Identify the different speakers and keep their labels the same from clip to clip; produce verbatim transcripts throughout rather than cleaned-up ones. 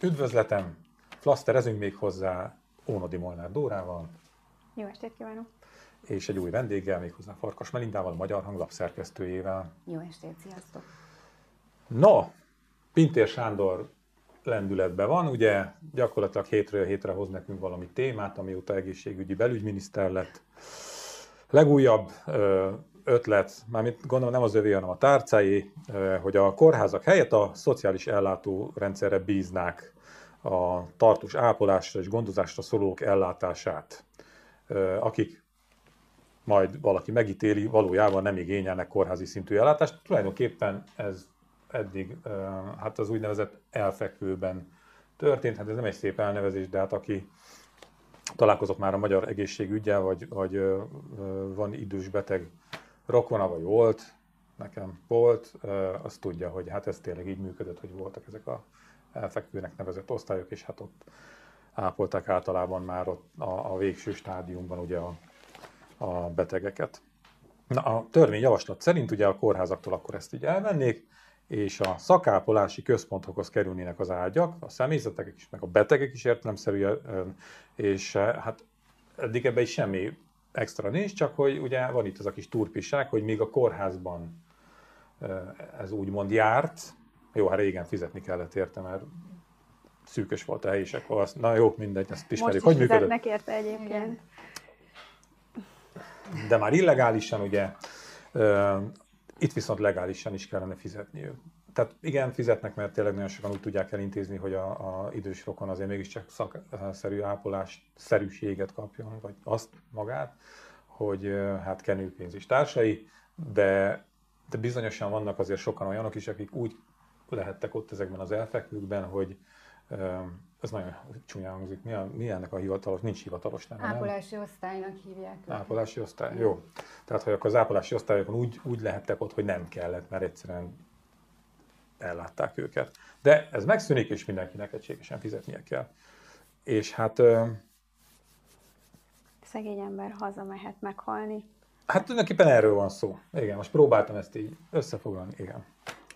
Speaker 1: Üdvözletem! Flaszterezünk még hozzá Ónodi Molnár Dórával.
Speaker 2: Jó estét kívánok!
Speaker 1: És egy új vendéggel, méghozzá Farkas Melindával, a Magyar Hanglap szerkesztőjével.
Speaker 2: Jó estét, sziasztok!
Speaker 1: No, Pintér Sándor lendületben van, ugye gyakorlatilag hétről hétre hoz nekünk valami témát, amióta egészségügyi belügyminiszter lett. Legújabb ötlet, mármint gondolom nem az övé, hanem a tárcáé, hogy a kórházak helyett a szociális ellátórendszerre bíznák a tartós ápolásra és gondozásra szorulók ellátását, akik majd valaki megítéli, valójában nem igényelnek kórházi szintű ellátást. Tulajdonképpen ez eddig hát az úgynevezett elfekvőben történt, hát ez nem egy szép elnevezés, de hát aki találkozott már a magyar egészségüggyel, vagy, vagy van idős beteg rokona, vagy volt, nekem volt, azt tudja, hogy hát ez tényleg így működött, hogy voltak ezek a elfekvőnek nevezett osztályok, és hát ott ápolták általában már ott a, a végső stádiumban ugye a, a betegeket. Na, a törvényjavaslat szerint ugye a kórházaktól akkor ezt így elvennék, és a szakápolási központokhoz kerülnének az ágyak, a személyzetek is, meg a betegek is értelemszerűen, és hát eddig ebben is semmi extra nincs, csak hogy ugye van itt az a kis turpisság, hogy még a kórházban ez úgymond járt, jó, hát régen fizetni kellett érte, mert szűkös volt a hely, és akkor azt, na jó, mindegy, ezt ismerjük.
Speaker 2: Most is hogy fizetnek érte egyébként.
Speaker 1: De már illegálisan ugye, itt viszont legálisan is kellene fizetniük. Tehát igen, fizetnek, mert tényleg nagyon sokan úgy tudják elintézni, hogy a, a idős rokon azért mégiscsak szakszerű ápolás szerűséget kapjon, vagy azt magát, hogy hát kenőpénz is társai, de, de bizonyosan vannak azért sokan olyanok is, akik úgy lehettek ott ezekben az elfekvőkben, hogy ez nagyon csúnyán hangzik. Mi, a, mi ennek a hivatalos? Nincs hivatalos neve, nem?
Speaker 2: Ápolási osztálynak hívják.
Speaker 1: Ápolási osztály, jó. Tehát, hogy akkor az ápolási osztályokon úgy, úgy lehettek ott, hogy nem kellett, mert egyszerűen ellátták őket. De ez megszűnik, és mindenkinek egységesen fizetnie kell. És hát...
Speaker 2: Szegény ember hazamehet meghalni.
Speaker 1: Hát tulajdonképpen erről van szó. Igen, most próbáltam ezt így összefoglalni, igen.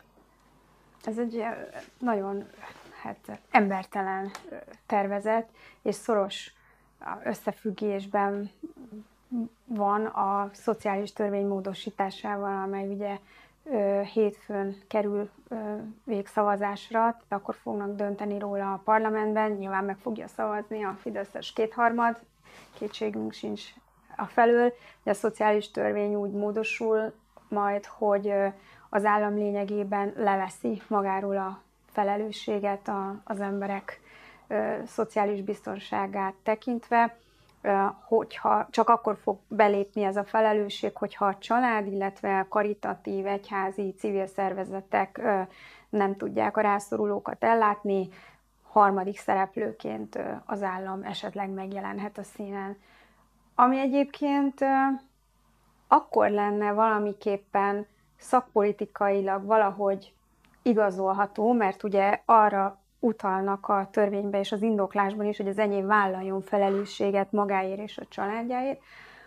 Speaker 2: Ez egy nagyon hát, embertelen tervezet, és szoros összefüggésben van a szociális törvény módosításával, amely ugye hétfőn kerül végszavazásra, akkor fognak dönteni róla a parlamentben, nyilván meg fogja szavazni a fideszes kétharmad, kétségünk sincs a felől, de a szociális törvény úgy módosul majd, hogy az állam lényegében leveszi magáról a felelősséget a, az emberek ö, szociális biztonságát tekintve, ö, hogyha csak akkor fog belépni ez a felelősség, hogyha a család, illetve a karitatív, egyházi, civil szervezetek ö, nem tudják a rászorulókat ellátni, harmadik szereplőként ö, az állam esetleg megjelenhet a színen. Ami egyébként ö, akkor lenne valamiképpen szakpolitikailag valahogy igazolható, mert ugye arra utalnak a törvényben és az indoklásban is, hogy az enyém vállaljon felelősséget magáért és a családjáért,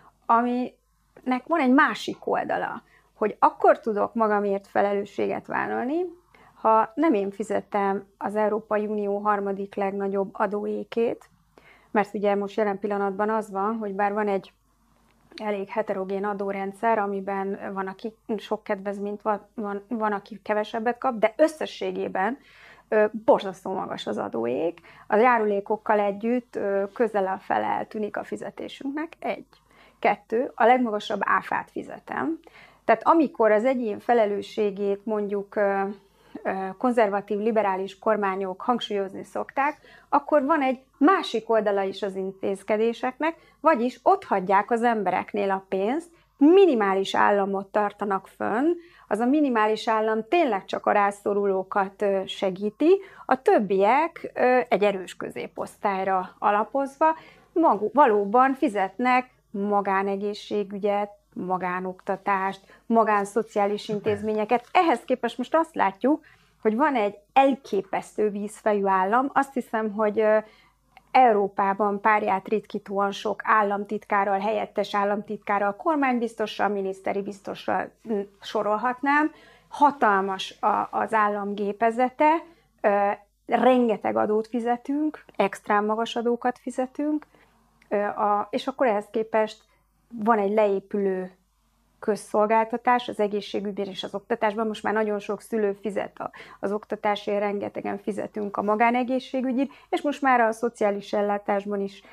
Speaker 2: aminek van egy másik oldala, hogy akkor tudok magamért felelősséget vállalni, ha nem én fizettem az Európai Unió harmadik legnagyobb adóékét, mert ugye most jelen pillanatban az van, hogy bár van egy elég heterogén adórendszer, amiben van, aki sok kedvezményt van, van, van aki kevesebbet kap, de összességében ö, borzasztó magas az adóék. A járulékokkal együtt ö, közel a fele eltűnik a fizetésünknek. Egy. Kettő. A legmagasabb áfát fizetem. Tehát amikor az egyén felelősségét mondjuk ö, konzervatív, liberális kormányok hangsúlyozni szokták, akkor van egy másik oldala is az intézkedéseknek, vagyis ott hagyják az embereknél a pénzt, minimális államot tartanak fönn, az a minimális állam tényleg csak a rászorulókat segíti, a többiek egy erős középosztályra alapozva maguk, valóban fizetnek magánegészségügyet, magánoktatást, magánszociális intézményeket. Ehhez képest most azt látjuk, hogy van egy elképesztő vízfejű állam. Azt hiszem, hogy Európában párját ritkítóan sok államtitkárral, helyettes államtitkárral, kormánybiztossal, miniszteri biztossal sorolhatnám. Hatalmas az állam gépezete, rengeteg adót fizetünk, extrán magas adókat fizetünk, és akkor ehhez képest van egy leépülő közszolgáltatás az egészségügyben és az oktatásban. Most már nagyon sok szülő fizet az oktatásért, rengetegen fizetünk a magánegészségügyit, és most már a szociális ellátásban is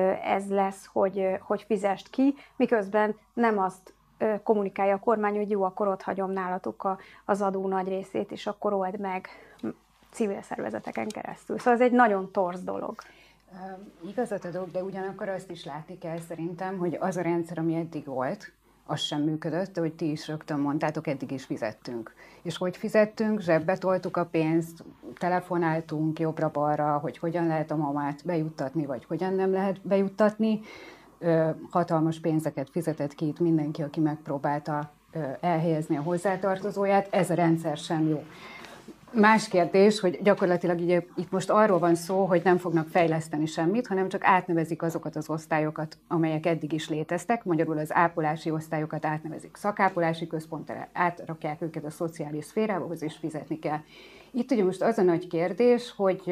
Speaker 2: ez lesz, hogy, hogy fizest ki, miközben nem azt kommunikálja a kormány, hogy jó, akkor ott hagyom nálatok az adó nagy részét, és akkor old meg civil szervezeteken keresztül. Szóval ez egy nagyon torz dolog.
Speaker 3: Uh, igazat adok, de ugyanakkor azt is látni kell szerintem, hogy az a rendszer, ami eddig volt, az sem működött, de hogy ti is rögtön mondtátok, eddig is fizettünk. És hogy fizettünk, zsebbe toltuk a pénzt, telefonáltunk jobbra-balra, hogy hogyan lehet a mamát bejuttatni, vagy hogyan nem lehet bejuttatni. Ö, hatalmas pénzeket fizetett ki itt mindenki, aki megpróbálta ö, elhelyezni a hozzátartozóját. Ez a rendszer sem jó. Más kérdés, hogy gyakorlatilag ugye itt most arról van szó, hogy nem fognak fejleszteni semmit, hanem csak átnevezik azokat az osztályokat, amelyek eddig is léteztek. Magyarul az ápolási osztályokat átnevezik szakápolási központtal, átrakják őket a szociális szférához, és fizetni kell. Itt ugye most az a nagy kérdés, hogy,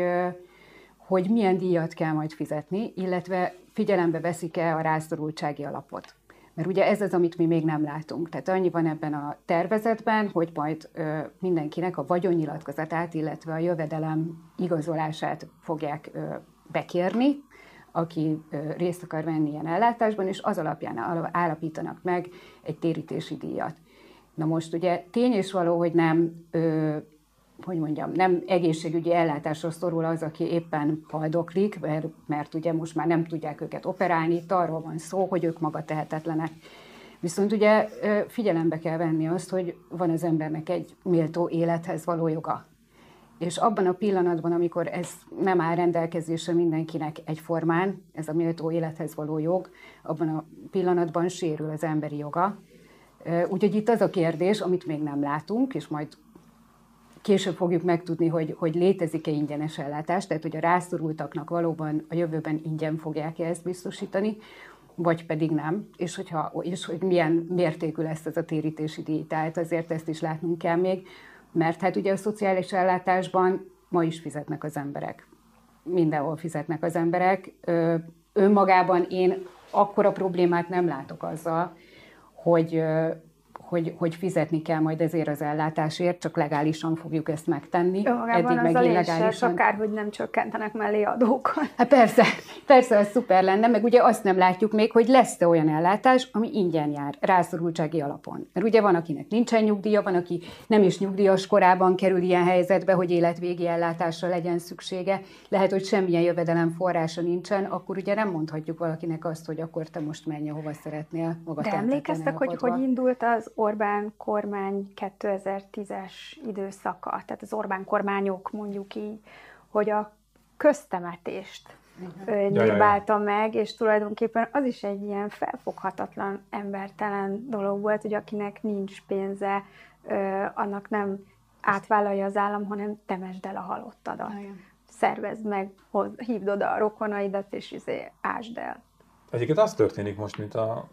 Speaker 3: hogy milyen díjat kell majd fizetni, illetve figyelembe veszik-e a rászorultsági alapot. Mert ugye ez az, amit mi még nem látunk. Tehát annyi van ebben a tervezetben, hogy majd ö, mindenkinek a vagyonnyilatkozatát, illetve a jövedelem igazolását fogják ö, bekérni, aki ö, részt akar venni ilyen ellátásban, és az alapján állapítanak meg egy térítési díjat. Na most ugye tény és való, hogy nem, ö, hogy mondjam, nem egészségügyi ellátásra szorul az, aki éppen haldoklik, mert, mert ugye most már nem tudják őket operálni, itt arról van szó, hogy ők maga tehetetlenek. Viszont ugye figyelembe kell venni azt, hogy van az embernek egy méltó élethez való joga. És abban a pillanatban, amikor ez nem áll rendelkezésre mindenkinek egyformán, ez a méltó élethez való jog, abban a pillanatban sérül az emberi joga. Úgyhogy itt az a kérdés, amit még nem látunk, és majd később fogjuk megtudni, hogy, hogy létezik-e ingyenes ellátás, tehát hogy a rászorultaknak valóban a jövőben ingyen fogják ezt biztosítani, vagy pedig nem, és, hogyha, és hogy milyen mértékű lesz ez a térítési díj. Tehát azért ezt is látnunk kell még, mert hát ugye a szociális ellátásban ma is fizetnek az emberek. Mindenhol fizetnek az emberek. Ö, önmagában én akkora problémát nem látok azzal, hogy... Hogy, hogy fizetni kell majd ezért az ellátásért, csak legálisan fogjuk ezt megtenni.
Speaker 2: Önmagában eddig meg illegálisan. Akárhogy nem csökkentenek mellé adókat.
Speaker 3: Hát persze, persze, az szuper lenne, meg ugye azt nem látjuk még, hogy lesz-e olyan ellátás, ami ingyen jár, rászorultsági alapon. Mert ugye van, akinek nincsen nyugdíja, van, aki nem is nyugdíjas korában kerül ilyen helyzetbe, hogy életvégi ellátásra legyen szüksége. Lehet, hogy semmilyen jövedelem forrása nincsen, akkor ugye nem mondhatjuk valakinek azt, hogy akkor te most menj, hova szeretnél maga.
Speaker 2: De emlékeztek, hogy hogy indult az Orbán kormány kétezer-tízes időszaka, tehát az Orbán kormányok mondjuk így, hogy a köztemetést uh-huh. nyilválta meg, és tulajdonképpen az is egy ilyen felfoghatatlan, embertelen dolog volt, hogy akinek nincs pénze, annak nem átvállalja az állam, hanem temesd el a halottadat. Uh-huh. Szervezd meg, hívd oda a rokonaidat, és izé, ásd el.
Speaker 1: Egyébként az történik most, mint a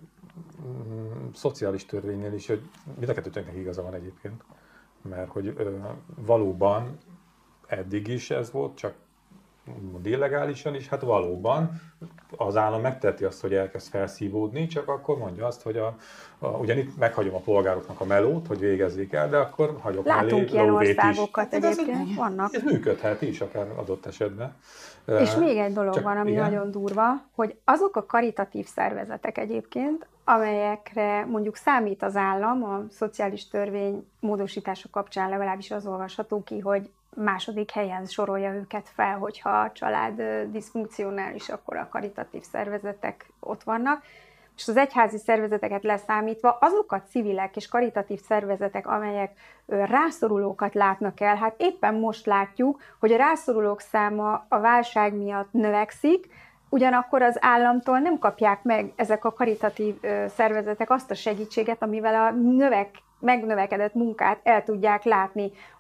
Speaker 1: szociális törvénynél is, hogy mind a kettőtöknek igaza van egyébként, mert hogy ö, valóban eddig is ez volt, csak illegálisan is, hát valóban az állam megteheti azt, hogy elkezd felszívódni, csak akkor mondja azt, hogy a, a, ugyanitt meghagyom a polgároknak a melót, hogy végezzék el, de akkor hagyok
Speaker 2: Látunk
Speaker 1: mellé
Speaker 2: ilyen
Speaker 1: lóvét
Speaker 2: országokat
Speaker 1: is.
Speaker 2: egyébként, ez, vannak.
Speaker 1: Ez működhet is, akár adott esetben.
Speaker 2: És még egy dolog
Speaker 1: Csak,
Speaker 2: van, ami
Speaker 1: igen.
Speaker 2: nagyon durva, hogy azok a karitatív szervezetek egyébként, amelyekre mondjuk számít az állam, a szociális törvény módosítása kapcsán legalábbis az olvasható ki, hogy második helyen sorolja őket fel, hogyha a család diszfunkcionális, akkor a karitatív szervezetek ott vannak. És az egyházi szervezeteket leszámítva, azok a civilek és karitatív szervezetek, amelyek rászorulókat látnak el, hát éppen most látjuk, hogy a rászorulók száma a válság miatt növekszik, ugyanakkor az államtól nem kapják meg ezek a karitatív szervezetek azt a segítséget, amivel a növek, megnövekedett munkát el tudják látni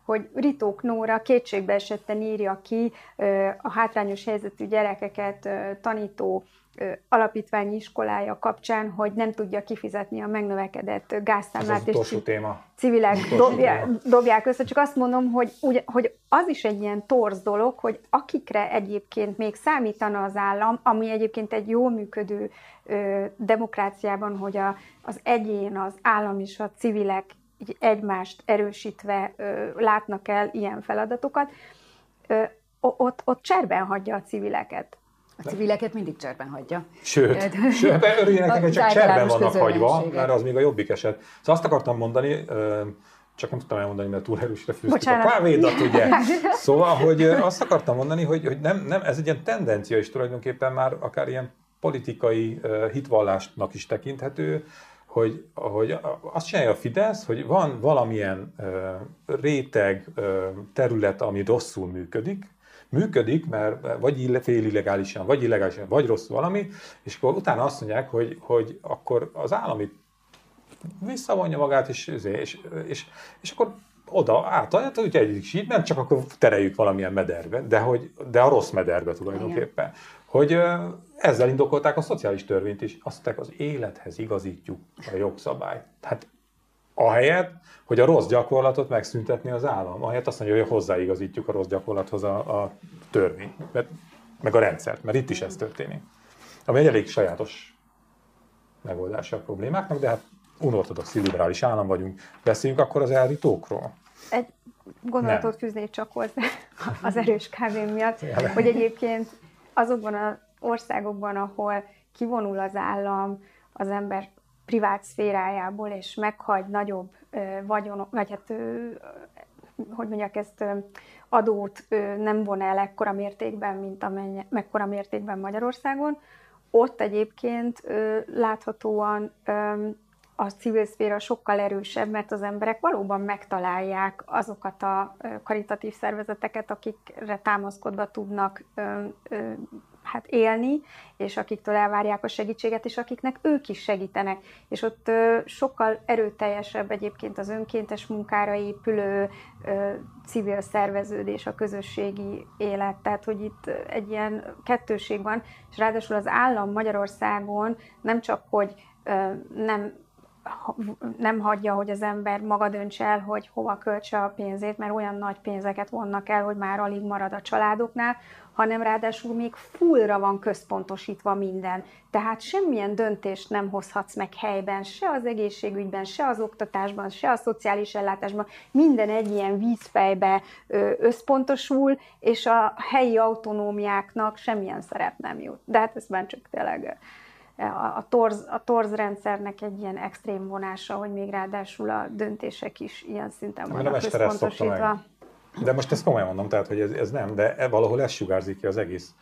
Speaker 2: hogy Ritók Nóra kétségbeesetten írja ki a hátrányos helyzetű gyerekeket tanító alapítványi iskolája kapcsán, hogy nem tudja kifizetni a megnövekedett gázszámlát, és
Speaker 1: utolsó téma.
Speaker 2: civilek dobják, dobják össze. Csak azt mondom, hogy, úgy, hogy az is egy ilyen torz dolog, hogy akikre egyébként még számítana az állam, ami egyébként egy jól működő ö, demokráciában, hogy a, az egyén, az állam és a civilek így egymást erősítve ö, látnak el ilyen feladatokat, ö, ott, ott cserben hagyja a civileket.
Speaker 3: A civileket mindig cserben hagyja.
Speaker 1: Sőt, sőt örüljenek neki, csak cserben vannak hagyva, mert az még a jobbik eset. Szóval azt akartam mondani, csak nem tudtam elmondani, mert túl erősre fűztük a kávédat, ugye? Szóval, hogy azt akartam mondani, hogy, hogy nem, nem, ez egy ilyen tendencia is tulajdonképpen már akár ilyen politikai hitvallásnak is tekinthető, hogy, hogy azt csinálja a Fidesz, hogy van valamilyen réteg, terület, ami rosszul működik, működik, mert vagy fél illegálisan, vagy illegálisan, vagy rossz valami, és akkor utána azt mondják, hogy, hogy akkor az állami visszavonja magát, és, és, és, és akkor oda átadja, úgy egyik síkben, csak akkor tereljük valamilyen mederbe, de, hogy, de a rossz mederbe tulajdonképpen. Igen. Hogy ezzel indokolták a szociális törvényt is, azt mondták, az élethez igazítjuk a jogszabályt. Tehát ahelyett, hogy a rossz gyakorlatot megszüntetni az állam, ahelyett azt mondja, hogy hozzáigazítjuk a rossz gyakorlathoz a, a törvényt, meg a rendszert, mert itt is ez történik. Ami egy elég sajátos megoldása a problémáknak, de hát unortodox liberális állam vagyunk. Beszéljünk akkor az elritókról.
Speaker 2: Egy gondolatot fűznék csak hozzá az erős kávém miatt, hogy egyébként azokban az országokban, ahol kivonul az állam az ember privát szférájából, és meghagy nagyobb vagyon, vagy hát, hogy mondják ezt, adót nem von el ekkora mértékben, mint amennyi, mekkora mértékben Magyarországon. Ott egyébként láthatóan a civil szféra sokkal erősebb, mert az emberek valóban megtalálják azokat a karitatív szervezeteket, akikre támaszkodva tudnak hát élni, és akiktől elvárják a segítséget, és akiknek ők is segítenek. És ott ö, sokkal erőteljesebb egyébként az önkéntes munkára épülő ö, civil szerveződés, a közösségi élet. Tehát, hogy itt egy ilyen kettőség van, és ráadásul az állam Magyarországon nem csak, hogy ö, nem nem hagyja, hogy az ember maga döntse el, hogy hova költse a pénzét, mert olyan nagy pénzeket vonnak el, hogy már alig marad a családoknál, hanem ráadásul még fullra van központosítva minden. Tehát semmilyen döntést nem hozhatsz meg helyben, se az egészségügyben, se az oktatásban, se a szociális ellátásban. Minden egy ilyen vízfejbe összpontosul, és a helyi autonómiáknak semmilyen szerep nem jut. De hát ez már csak tényleg a torz, a torz rendszernek egy ilyen extrém vonása, hogy még ráadásul a döntések is ilyen szinten vannak központosítva.
Speaker 1: De most ezt komolyan mondom, tehát, hogy ez, ez nem, de valahol ez sugárzik ki az egész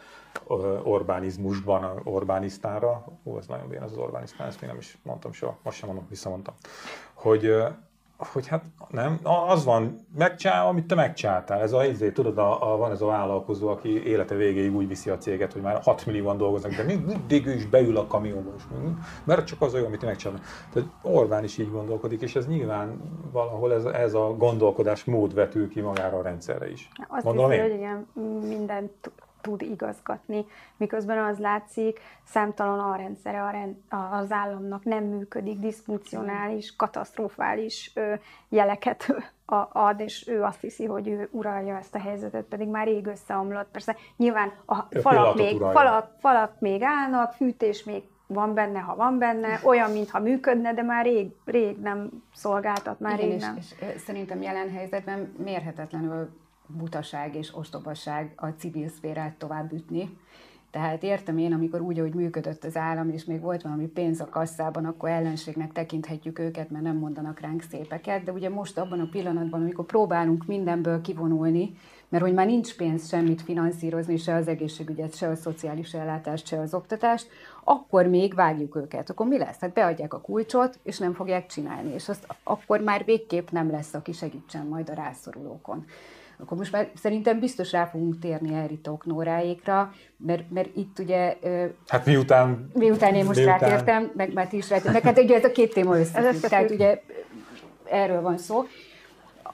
Speaker 1: Orbánizmusban, Orbánisztánra. Ó, ez nagyon béna az Orbánisztán, ezt még nem is mondtam soha, most sem mondom, visszamondtam. Hogy, hogy hát nem, az van, megcsinál, amit te megcsináltál. Ez a, ezért, tudod, a, a, van ez a vállalkozó, aki élete végéig úgy viszi a céget, hogy már hat millióan dolgoznak, de mindig ő is beül a kamionba, mert csak az olyan, amit te megcsináltál. Tehát Orbán is így gondolkodik, és ez nyilván valahol ez, ez a gondolkodás mód vetül ki magára a rendszerre is.
Speaker 2: Azt hiszem, hogy igen, mindent tud igazgatni, miközben az látszik, számtalan a rendszere a rend, az államnak nem működik, diszfunkcionális, katasztrofális jeleket ad, és ő azt hiszi, hogy ő uralja ezt a helyzetet, pedig már rég összeomlott. Persze nyilván a falak még, falak, falak még állnak, fűtés még van benne, ha van benne, olyan, mintha működne, de már rég, rég nem szolgáltat, már
Speaker 3: igen,
Speaker 2: rég nem.
Speaker 3: És, és szerintem jelen helyzetben mérhetetlenül butaság és ostobaság a civil szférát tovább ütni. Tehát értem én, amikor úgy, ahogy működött az állam, és még volt valami pénz a kasszában, akkor ellenségnek tekinthetjük őket, mert nem mondanak ránk szépeket, de ugye most abban a pillanatban, amikor próbálunk mindenből kivonulni, mert hogy már nincs pénz semmit finanszírozni, se az egészségügyet, se a szociális ellátást, se az oktatást, akkor még vágjuk őket. Akkor mi lesz? Hát beadják a kulcsot, és nem fogják csinálni, és azt akkor már végképp nem lesz, aki segítsen majd a rászorulókon. Akkor most már szerintem biztos rá fogunk térni Elritók Nóráékra, mert, mert itt ugye...
Speaker 1: Hát miután...
Speaker 3: Miután én most miután... rátértem, meg már ti is rátértem, hát ugye ez a két téma összefügg, tehát ugye erről van szó.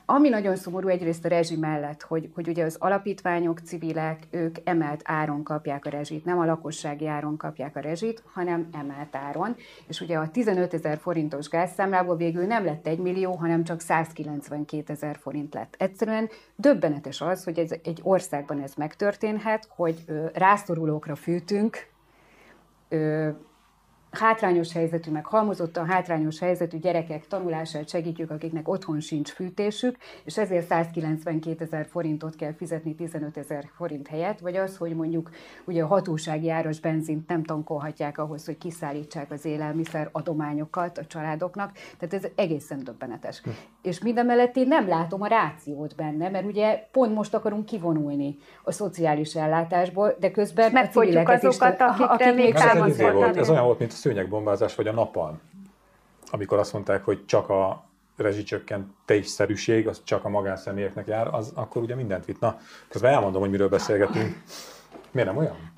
Speaker 3: Ami nagyon szomorú egyrészt a rezsi mellett, hogy, hogy ugye az alapítványok, civilek, ők emelt áron kapják a rezsit, nem a lakossági áron kapják a rezsit, hanem emelt áron. És ugye a tizenötezer forintos gázszámlából végül nem lett egy millió, hanem csak százkilencvenkétezer forint lett. Egyszerűen döbbenetes az, hogy ez, egy országban ez megtörténhet, hogy ö, rászorulókra fűtünk, ö, hátrányos helyzetű, meg halmozottan hátrányos helyzetű gyerekek tanulását segítjük, akiknek otthon sincs fűtésük, és ezért százkilencvenkétezer forintot kell fizetni tizenötezer forint helyett, vagy az, hogy mondjuk ugye a hatósági áras benzint nem tankolhatják ahhoz, hogy kiszállítsák az élelmiszer adományokat a családoknak, tehát ez egészen döbbenetes. Hm. És mindemellett én nem látom a rációt benne, mert ugye pont most akarunk kivonulni a szociális ellátásból, de közben
Speaker 2: megfojtjuk azokat, akikre még támaszkodnak.
Speaker 1: Ez olyan volt, mint a szőnyegbombázás vagy a napalm, amikor azt mondták, hogy csak a rezsicsökkentésszerűség, az csak a magánszemélyeknek jár, az akkor ugye mindent vitt. Na, közben elmondom, hogy miről beszélgetünk. Miért nem olyan?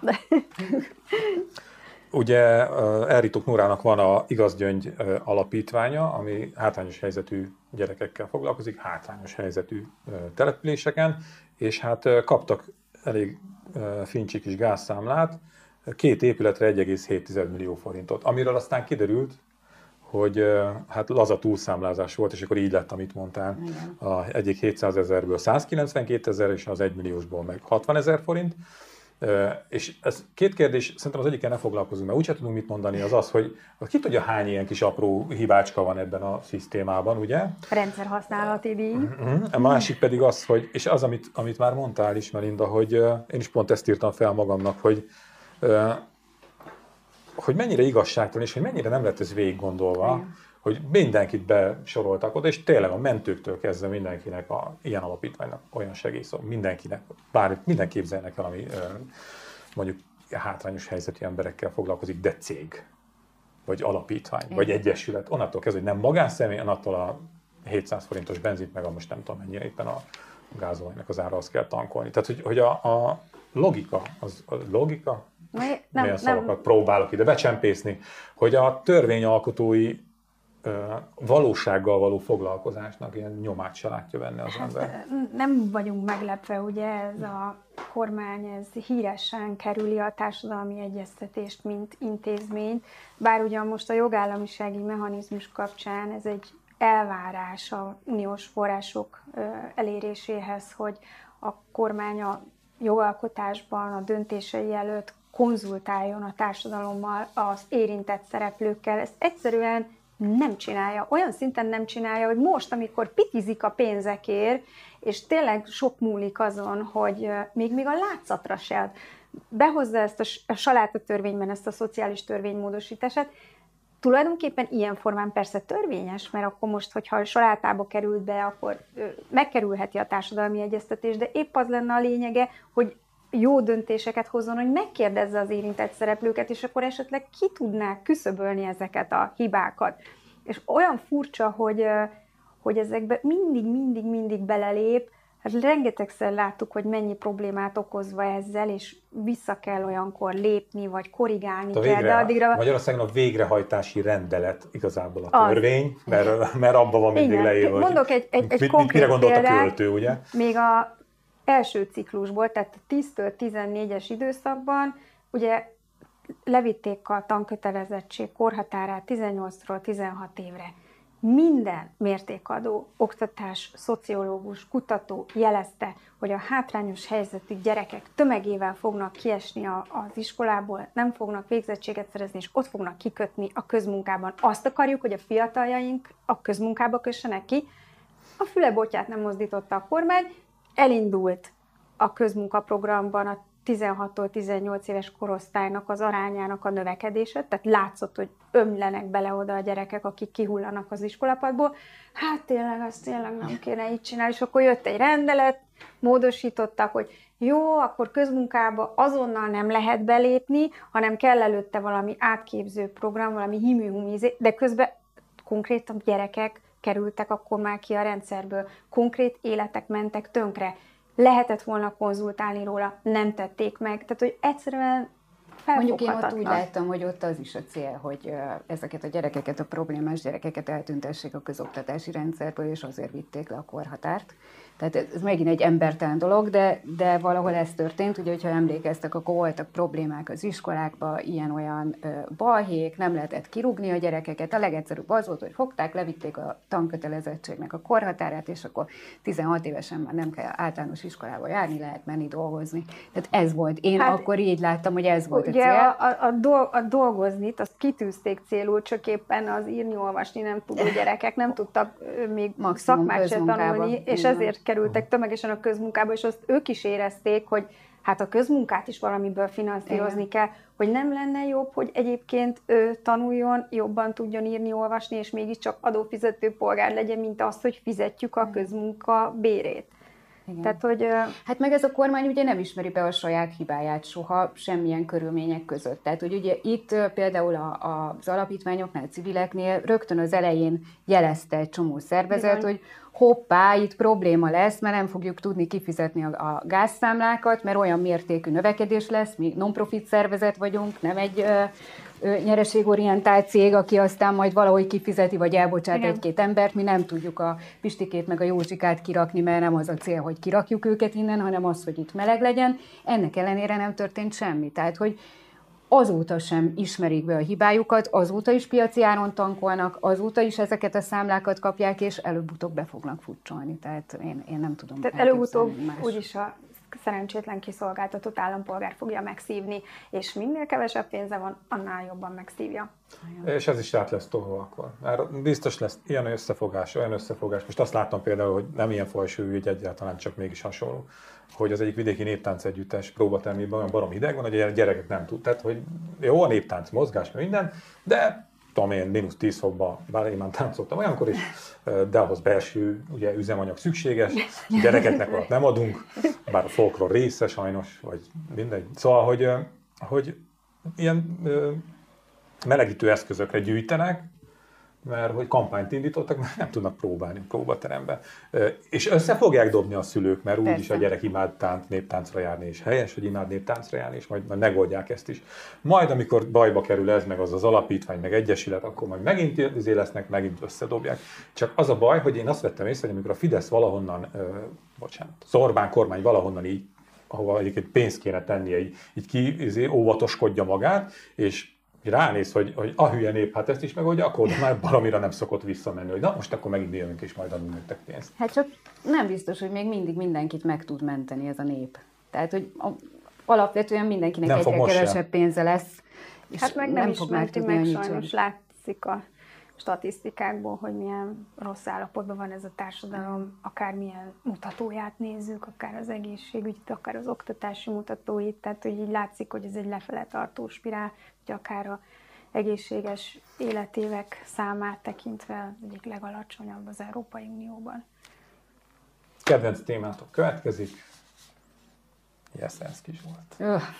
Speaker 1: Ugye Elrituk Nórának van a Igazgyöngy alapítványa, ami hátrányos helyzetű gyerekekkel foglalkozik, hátrányos helyzetű településeken, és hát kaptak elég fincsi kis gázszámlát, két épületre egy egész hét millió forintot, amiről aztán kiderült, hogy hát laza túlszámlázás volt, és akkor így lett, amit mondtál. Igen. A egyik hétszázezerből százkilencvenkétezer, és az egymilliósból meg hatvanezer forint. És ez két kérdés, szerintem az egyikkel ne foglalkozunk, mert úgyse tudunk mit mondani, az az, hogy ki tudja, hány ilyen kis apró hibácska van ebben a szisztémában, ugye?
Speaker 2: Rendszerhasználati díj.
Speaker 1: A másik pedig az, hogy, és az, amit, amit már mondtál is, Melinda, hogy én is pont ezt írtam fel magamnak, hogy hogy mennyire igazságtalan, és hogy mennyire nem lett ez végig gondolva, igen, hogy mindenkit besoroltak oda, és tényleg a mentőktől kezdve mindenkinek, a, ilyen alapítványnak olyan segélyszó, mindenkinek, bár minden képzelnek el, ami mondjuk hátrányos helyzetű emberekkel foglalkozik, de cég, vagy alapítvány, igen, vagy egyesület, onnantól kezdve, hogy nem magánszemély, onnantól a hétszáz forintos benzint, meg a most nem tudom mennyire éppen a gázolajnak az ára, azt kell tankolni. Tehát, hogy, hogy a, a logika, az a logika,
Speaker 2: nem,
Speaker 1: milyen szavakat nem. próbálok ide becsempészni, hogy a törvényalkotói ö, valósággal való foglalkozásnak ilyen nyomát se látja benne az
Speaker 2: hát,
Speaker 1: ember.
Speaker 2: Nem vagyunk meglepve, ugye ez a kormány ez híresen kerüli a társadalmi egyeztetést, mint intézményt, bár ugyan most a jogállamisági mechanizmus kapcsán ez egy elvárás a uniós források eléréséhez, hogy a kormány a jogalkotásban, a döntései előtt konzultáljon a társadalommal, az érintett szereplőkkel. Ezt egyszerűen nem csinálja. Olyan szinten nem csinálja, hogy most, amikor pitizik a pénzekért, és tényleg sok múlik azon, hogy még, még a látszatra se ad. Behozza ezt a, a salátatörvényben, ezt a szociális törvénymódosítását, tulajdonképpen ilyen formán persze törvényes, mert akkor most, hogyha a salátába került be, akkor megkerülheti a társadalmi egyeztetés, de épp az lenne a lényege, hogy jó döntéseket hozzon, hogy megkérdezze az érintett szereplőket, és akkor esetleg ki tudnák küszöbölni ezeket a hibákat. És olyan furcsa, hogy, hogy ezekbe mindig, mindig, mindig belelép. Hát rengetegszer láttuk, hogy mennyi problémát okozva ezzel, és vissza kell olyankor lépni, vagy korrigálni
Speaker 1: a
Speaker 2: kell.
Speaker 1: Végre,
Speaker 2: de addigra...
Speaker 1: Magyarországon a végrehajtási rendelet igazából a törvény, mert, mert abban van mindig leírva.
Speaker 2: Mondok egy, egy, egy
Speaker 1: mit,
Speaker 2: konkrét
Speaker 1: mire gondolt
Speaker 2: példát,
Speaker 1: a költő, ugye?
Speaker 2: Még a első ciklusból, tehát a tíztől tizennégyes időszakban, ugye levitték a tankötelezettség korhatárát tizennyolcról tizenhat évre. Minden mértékadó oktatás, szociológus, kutató jelezte, hogy a hátrányos helyzetű gyerekek tömegével fognak kiesni a, az iskolából, nem fognak végzettséget szerezni, és ott fognak kikötni a közmunkában. Azt akarjuk, hogy a fiataljaink a közmunkába kössenek ki. A fülebotját nem mozdította a kormány, elindult a közmunkaprogramban a tizenhattól tizennyolc éves korosztálynak az arányának a növekedése, tehát látszott, hogy ömlenek bele oda a gyerekek, akik kihullanak az iskolapadból. Hát tényleg, azt tényleg nem kéne így csinálni, és akkor jött egy rendelet, módosítottak, hogy jó, akkor közmunkába azonnal nem lehet belépni, hanem kell előtte valami átképző program, valami himű-humizé, de közben konkrétan gyerekek kerültek akkor már ki a rendszerből, konkrét életek mentek tönkre. Lehetett volna konzultálni róla, nem tették meg. Tehát, hogy egyszerűen
Speaker 3: Mondjuk én ott úgy
Speaker 2: felfoghatatlan.
Speaker 3: láttam, hogy ott az is a cél, hogy ezeket a gyerekeket, a problémás gyerekeket eltüntessék a közoktatási rendszerből, és azért vitték le a korhatárt. Tehát ez megint egy embertelen dolog, de, de valahol ez történt. Ugye, hogyha emlékeztek, akkor voltak problémák az iskolákban, ilyen-olyan balhék, nem lehetett kirúgni a gyerekeket. A legegyszerűbb az volt, hogy fogták, levitték a tankötelezettségnek a korhatárát, és akkor tizenhat évesen már nem kell általános iskolába járni, lehet menni dolgozni. Tehát ez volt. Én hát, akkor így láttam, hogy ez volt a
Speaker 2: ugye
Speaker 3: cél.
Speaker 2: A, a, a, dol, a dolgoznit, azt kitűzték célul, csak éppen az írni, olvasni nem tudó gyerekek nem tudtak még
Speaker 3: Maximum
Speaker 2: szakmát se tanulni, és
Speaker 3: igen.
Speaker 2: ezért kerültek tömegesen a közmunkába, és azt ők is érezték, hogy hát a közmunkát is valamiből finanszírozni igen. kell, hogy nem lenne jobb, hogy egyébként ő tanuljon, jobban tudjon írni, olvasni, és mégiscsak adófizető polgár legyen, mint az, hogy fizetjük a közmunka bérét.
Speaker 3: Igen.
Speaker 2: Tehát, hogy,
Speaker 3: hát meg ez a kormány ugye nem ismeri be a saját hibáját soha semmilyen körülmények között. Tehát, hogy ugye itt például a, a, az alapítványoknál, civileknél rögtön az elején jelezte egy csomó szervezet, bizony. Hogy hoppá, itt probléma lesz, mert nem fogjuk tudni kifizetni a, a gázszámlákat, mert olyan mértékű növekedés lesz, mi non-profit szervezet vagyunk, nem egy ö, ö, nyereségorientált cég, aki aztán majd valahogy kifizeti, vagy elbocsát igen. egy-két embert, mi nem tudjuk a Pistikét meg a Józsikát kirakni, mert nem az a cél, hogy kirakjuk őket innen, hanem az, hogy itt meleg legyen. Ennek ellenére nem történt semmi. Tehát, hogy azóta sem ismerik be a hibájukat, azóta is piaci áron tankolnak, azóta is ezeket a számlákat kapják, és előbb-utóbb be fognak futcsolni. Tehát én, én nem tudom.
Speaker 2: Tehát előbb-utóbb úgyis a szerencsétlen kiszolgáltatott állampolgár fogja megszívni, és minél kevesebb pénze van, annál jobban megszívja.
Speaker 1: És ez is át lesz tolva akkor. Mert biztos lesz ilyen összefogás, olyan összefogás. Most azt láttam például, hogy nem ilyen fajsú ügy egyáltalán, csak mégis hasonló, hogy az egyik vidéki néptánc együttes próbatermében olyan barom hideg van, hogy a gyerekek nem tudták, hogy jó a néptánc, mozgás, minden, de tudom én, mínusz tíz fokban, bár én már táncoltam olyankor is, de ahhoz belső ugye, üzemanyag szükséges, gyerekeknek alatt nem adunk, bár a folklór része sajnos, vagy mindegy. Szóval, hogy, hogy ilyen melegítő eszközökre gyűjtenek, mert hogy kampányt indítottak, mert nem tudnak próbálni próbaterembe. És össze fogják dobni a szülők, mert úgyis a gyerek imád tánc, néptáncra járni, és helyes, hogy imád néptáncra járni, és majd, majd megoldják ezt is. Majd, amikor bajba kerül ez, meg az az alapítvány, meg egyesület, akkor majd megint izé lesznek, megint összedobják. Csak az a baj, hogy én azt vettem észre, hogy amikor a Fidesz valahonnan, ö, bocsánat, az Orbán kormány valahonnan így, ahova egyébként pénzt kéne tennie, így, így ki izé, óvatoskodja magát, és ránéz, hogy, hogy a hülye nép, hát ezt is megoldja, akkor már valamire nem szokott visszamenni, hogy na most akkor megint jövünk és majd adunk nektek pénzt.
Speaker 3: Hát csak nem biztos, hogy még mindig mindenkit meg tud menteni ez a nép. Tehát, hogy alapvetően mindenkinek nem egyre kevesebb pénze lesz. És
Speaker 2: hát meg nem, nem is
Speaker 3: fog
Speaker 2: menti meg,
Speaker 3: annyit
Speaker 2: sajnos látszik a statisztikákból, hogy milyen rossz állapotban van ez a társadalom, akármilyen mutatóját nézzük, akár az egészségügyt, akár az oktatási mutatóit, tehát hogy így látszik, hogy ez egy lefele tartó spirál, hogy akár az egészséges életévek számát tekintve az egyik legalacsonyabb az Európai Unióban.
Speaker 1: Kedvenc témátok következik. Jeszenszky Zsolt. Öh.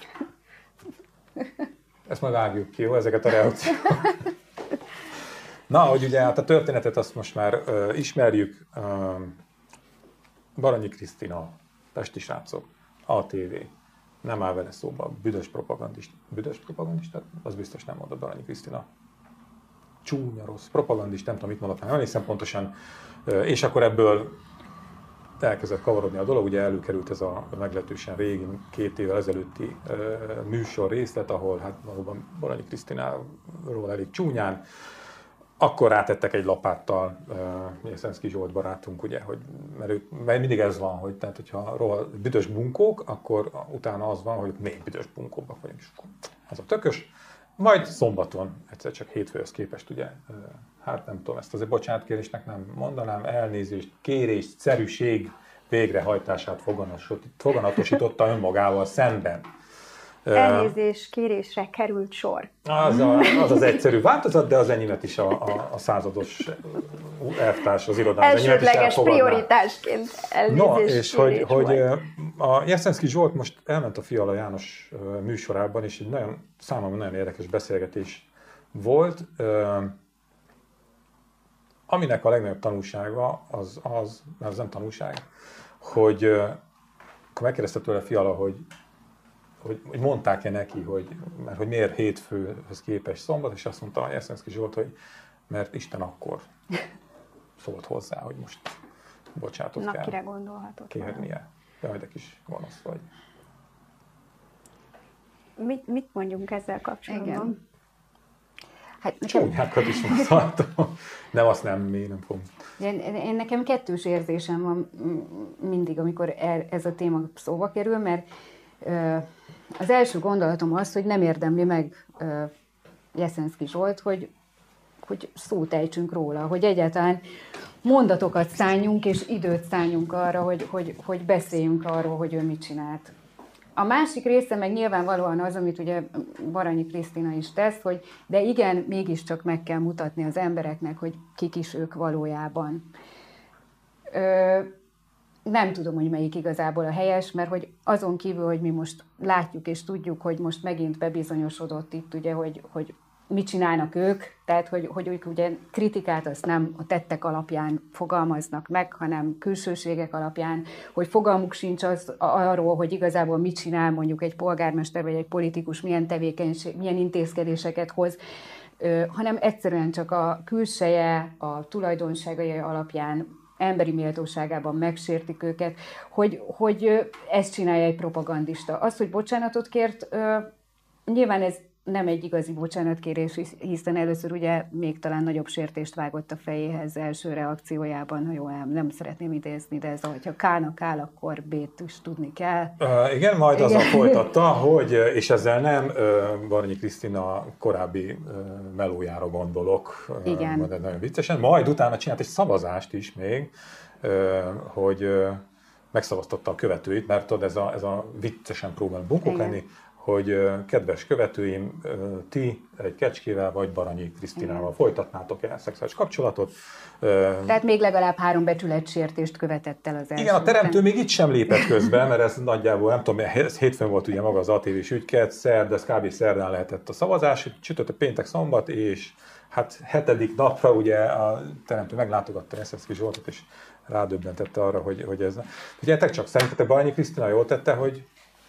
Speaker 1: Ezt majd vágjuk ki, jó, ezeket a reakciókat. Na, hogy ugye hát a történetet azt most már uh, ismerjük. Uh, Baranyi Krisztina, Pesti srácok, á té vé, nem áll vele szóba, büdös propagandist, büdös propagandist, az biztos nem mondott Baranyi Krisztina. Csúnya, rossz, propagandist, nem tudom, mit mondott, nem emlékszem pontosan. Uh, és akkor ebből elkezdett kavarodni a dolog, ugye előkerült ez a meglehetősen régi, két évvel ezelőtti uh, műsor részlet, ahol hát valóban Baranyi Krisztináról elég csúnyán. Akkor rátettek egy lapáttal uh, Jeszenszky Zsolt barátunk, ugye, hogy, mert, ő, mert mindig ez van, hogy tehát, hogyha rohadt büdös bunkók, akkor utána az van, hogy még büdös bunkóbbak vagyunk, és ez a tökös. Majd szombaton, egyszer csak hétfőhöz képest, ugye, uh, hát nem tudom, ezt azért bocsánatkérésnek nem mondanám, elnézést, kérés, szerűség végrehajtását foganatosította önmagával szemben.
Speaker 2: Elnézés kérésre került sor.
Speaker 1: Az, a, az az egyszerű változat, de az enyémet is a, a, a százados elvtárs, az irodán
Speaker 2: elsődleges prioritásként elnézés
Speaker 1: no, és hogy, hogy a Jeszenszky Zsolt most elment a Fiala János műsorában, és egy nagyon, számomra nagyon érdekes beszélgetés volt, aminek a legnagyobb tanulsága az, az mert az nem tanulság, hogy akkor megkérdezte tőle Fiala, hogy hogy, hogy mondták-e neki, hogy, mert hogy miért hétfőhöz képest szombat, és azt mondta a Jeszenszky Zsolt, hogy mert Isten akkor szólt hozzá, hogy most bocsánatot
Speaker 2: Na,
Speaker 1: kell
Speaker 2: kire gondolhatott
Speaker 1: kérnie. Jaj, de kis gonosz vagy.
Speaker 2: Mit, mit mondjunk ezzel kapcsolatban?
Speaker 3: Igen. Hát nekem...
Speaker 1: Csúnyákat is mondhatom. Nem, azt nem, mi nem fogom.
Speaker 3: Én, én nekem kettős érzésem van mindig, amikor ez a téma szóba kerül, mert az első gondolatom az, hogy nem érdemli meg Jeszenszky Zsolt, hogy, hogy szót ejtsünk róla, hogy egyáltalán mondatokat szálljunk, és időt szálljunk arra, hogy, hogy, hogy beszéljünk arról, hogy ő mit csinált. A másik része meg nyilvánvalóan az, amit ugye Baranyi Krisztina is tesz, hogy de igen, mégiscsak meg kell mutatni az embereknek, hogy kik is ők valójában. Ö, nem tudom, hogy melyik igazából a helyes, mert hogy azon kívül, hogy mi most látjuk és tudjuk, hogy most megint bebizonyosodott itt, ugye, hogy, hogy mit csinálnak ők, tehát hogy, hogy ők ugye kritikát azt nem a tettek alapján fogalmaznak meg, hanem külsőségek alapján, hogy fogalmuk sincs az, arról, hogy igazából mit csinál mondjuk egy polgármester vagy egy politikus, milyen tevékenység, milyen intézkedéseket hoz, ö, hanem egyszerűen csak a külseje, a tulajdonságai alapján emberi méltóságában megsértik őket, hogy, hogy ezt csinálja egy propagandista. Az, hogy bocsánatot kért, ö, nyilván ez nem egy igazi bocsánatkérés, hiszen először ugye még talán nagyobb sértést vágott a fejéhez első reakciójában, ha jó, nem szeretném idézni, de ez a, hogyha K-nak áll, akkor B-t is tudni kell.
Speaker 1: Uh, igen, majd igen. Azzal folytatta, hogy, és ezzel nem uh, Baranyi Krisztina korábbi uh, melójára gondolok,
Speaker 3: igen.
Speaker 1: Uh, nagyon viccesen, majd utána csinált egy szavazást is még, uh, hogy uh, megszavaztatta a követőit, mert tudod, ez a, ez a viccesen próbál bunkók lenni, hogy kedves követőim, ti egy kecskével vagy Baranyi Krisztinával folytatnátok el szexuális kapcsolatot.
Speaker 3: Tehát még legalább három becsületsértést követett el az első.
Speaker 1: Igen, a teremtő még itt sem lépett közben, mert ez nagyjából, nem tudom, hétfőn volt ugye maga az á té vés ügyked, szerd, ez kb. Szerdán lehetett a szavazás, csütörtök, péntek, szombat, és hát hetedik napra ugye a teremtő meglátogatta Jeszenszky Zsoltot, és rádöbbentette arra, hogy, hogy ez... Figyeljetek csak, szerintetek Baranyi Krisztina jól tette, hogy